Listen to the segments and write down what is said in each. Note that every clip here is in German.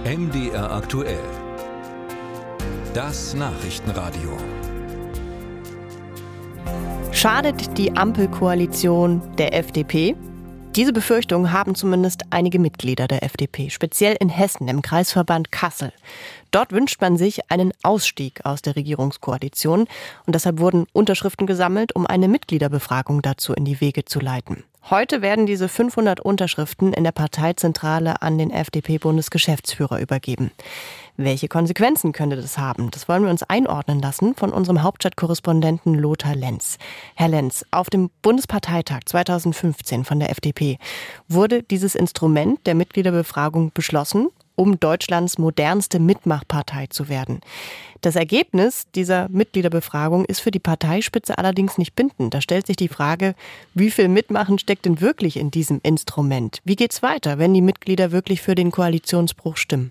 MDR aktuell. Das Nachrichtenradio. Schadet die Ampelkoalition der FDP? Diese Befürchtung haben zumindest einige Mitglieder der FDP, speziell in Hessen im Kreisverband Kassel. Dort wünscht man sich einen Ausstieg aus der Regierungskoalition und deshalb wurden Unterschriften gesammelt, um eine Mitgliederbefragung dazu in die Wege zu leiten. Heute werden diese 500 Unterschriften in der Parteizentrale an den FDP-Bundesgeschäftsführer übergeben. Welche Konsequenzen könnte das haben? Das wollen wir uns einordnen lassen von unserem Hauptstadtkorrespondenten Lothar Lenz. Herr Lenz, auf dem Bundesparteitag 2015 von der FDP wurde dieses Instrument der Mitgliederbefragung beschlossen, um Deutschlands modernste Mitmachpartei zu werden. Das Ergebnis dieser Mitgliederbefragung ist für die Parteispitze allerdings nicht bindend. Da stellt sich die Frage, wie viel Mitmachen steckt denn wirklich in diesem Instrument? Wie geht's weiter, wenn die Mitglieder wirklich für den Koalitionsbruch stimmen?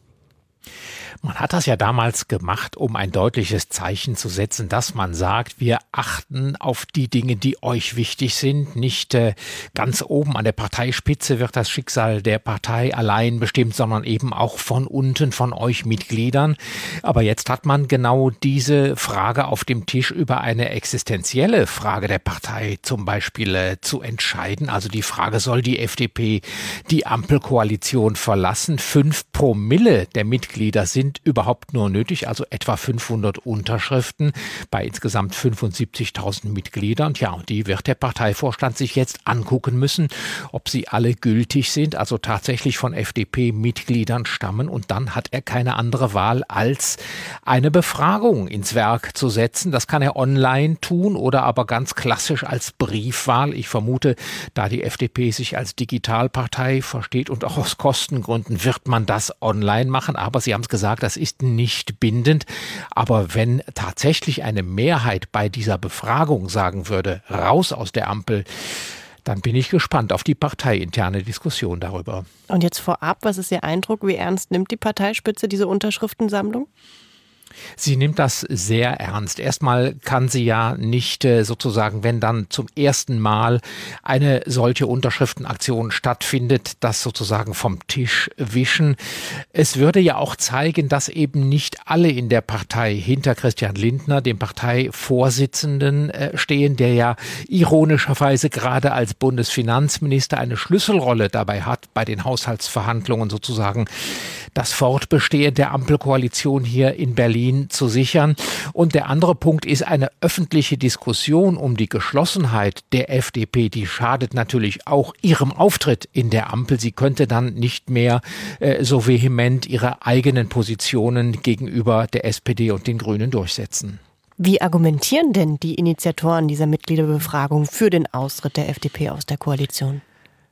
Man hat das ja damals gemacht, um ein deutliches Zeichen zu setzen, dass man sagt, wir achten auf die Dinge, die euch wichtig sind. Nicht ganz oben an der Parteispitze wird das Schicksal der Partei allein bestimmt, sondern eben auch von unten, von euch Mitgliedern. Aber jetzt hat man genau diese Frage auf dem Tisch, über eine existenzielle Frage der Partei zum Beispiel zu entscheiden. Also die Frage, soll die FDP die Ampelkoalition verlassen? 5 Promille der Mitglieder sind überhaupt nur nötig, also etwa 500 Unterschriften bei insgesamt 75.000 Mitgliedern. Ja, und die wird der Parteivorstand sich jetzt angucken müssen, ob sie alle gültig sind, also tatsächlich von FDP-Mitgliedern stammen. Und dann hat er keine andere Wahl, als eine Befragung ins Werk zu setzen. Das kann er online tun oder aber ganz klassisch als Briefwahl. Ich vermute, da die FDP sich als Digitalpartei versteht und auch aus Kostengründen, wird man das online machen. Aber Sie haben es gesagt, das ist nicht bindend. Aber wenn tatsächlich eine Mehrheit bei dieser Befragung sagen würde, raus aus der Ampel, dann bin ich gespannt auf die parteiinterne Diskussion darüber. Und jetzt vorab, was ist Ihr Eindruck? Wie ernst nimmt die Parteispitze diese Unterschriftensammlung? Sie nimmt das sehr ernst. Erstmal kann sie ja nicht sozusagen, wenn dann zum ersten Mal eine solche Unterschriftenaktion stattfindet, das sozusagen vom Tisch wischen. Es würde ja auch zeigen, dass eben nicht alle in der Partei hinter Christian Lindner, dem Parteivorsitzenden, stehen, der ja ironischerweise gerade als Bundesfinanzminister eine Schlüsselrolle dabei hat, bei den Haushaltsverhandlungen sozusagen das Fortbestehen der Ampelkoalition hier in Berlin zu sichern. Und der andere Punkt ist eine öffentliche Diskussion um die Geschlossenheit der FDP. Die schadet natürlich auch ihrem Auftritt in der Ampel. Sie könnte dann nicht mehr so vehement ihre eigenen Positionen gegenüber der SPD und den Grünen durchsetzen. Wie argumentieren denn die Initiatoren dieser Mitgliederbefragung für den Austritt der FDP aus der Koalition?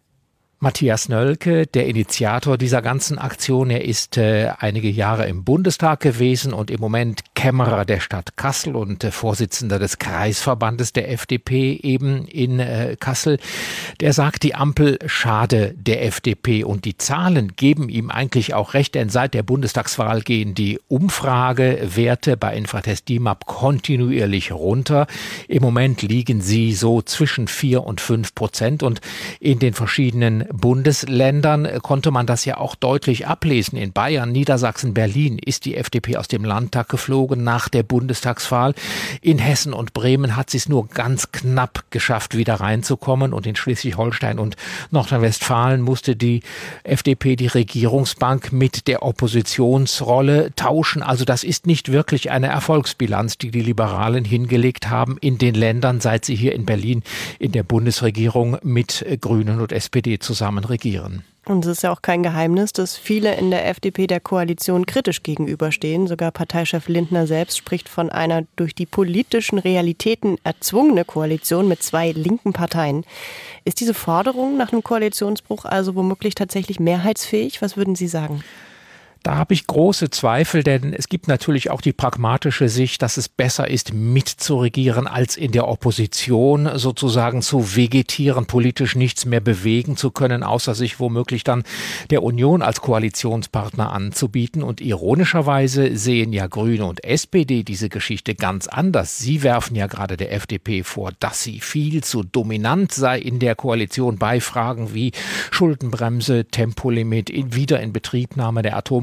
Matthias Nölke, der Initiator dieser ganzen Aktion, er ist einige Jahre im Bundestag gewesen und im Moment Kämmerer der Stadt Kassel und Vorsitzender des Kreisverbandes der FDP eben in Kassel. Der sagt, die Ampel schade der FDP und die Zahlen geben ihm eigentlich auch recht, denn seit der Bundestagswahl gehen die Umfragewerte bei Infratest DIMAP kontinuierlich runter. Im Moment liegen sie so zwischen 4 und 5% und in den verschiedenen Bundesländern konnte man das ja auch deutlich ablesen. In Bayern, Niedersachsen, Berlin ist die FDP aus dem Landtag geflogen nach der Bundestagswahl. In Hessen und Bremen hat sie es nur ganz knapp geschafft, wieder reinzukommen. Und in Schleswig-Holstein und Nordrhein-Westfalen musste die FDP die Regierungsbank mit der Oppositionsrolle tauschen. Also das ist nicht wirklich eine Erfolgsbilanz, die die Liberalen hingelegt haben in den Ländern, seit sie hier in Berlin in der Bundesregierung mit Grünen und SPD zusammen regieren. Und es ist ja auch kein Geheimnis, dass viele in der FDP der Koalition kritisch gegenüberstehen. Sogar Parteichef Lindner selbst spricht von einer durch die politischen Realitäten erzwungene Koalition mit 2 linken Parteien. Ist diese Forderung nach einem Koalitionsbruch also womöglich tatsächlich mehrheitsfähig? Was würden Sie sagen? Da habe ich große Zweifel, denn es gibt natürlich auch die pragmatische Sicht, dass es besser ist, mitzuregieren, als in der Opposition sozusagen zu vegetieren, politisch nichts mehr bewegen zu können, außer sich womöglich dann der Union als Koalitionspartner anzubieten. Und ironischerweise sehen ja Grüne und SPD diese Geschichte ganz anders. Sie werfen ja gerade der FDP vor, dass sie viel zu dominant sei in der Koalition bei Fragen wie Schuldenbremse, Tempolimit, Wiederinbetriebnahme der Atomkraft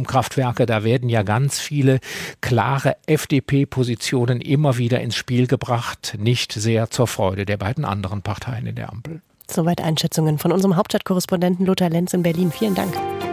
Atomkraftwerke, da werden ja ganz viele klare FDP-Positionen immer wieder ins Spiel gebracht, nicht sehr zur Freude der beiden anderen Parteien in der Ampel. Soweit Einschätzungen von unserem Hauptstadtkorrespondenten Lothar Lenz in Berlin. Vielen Dank.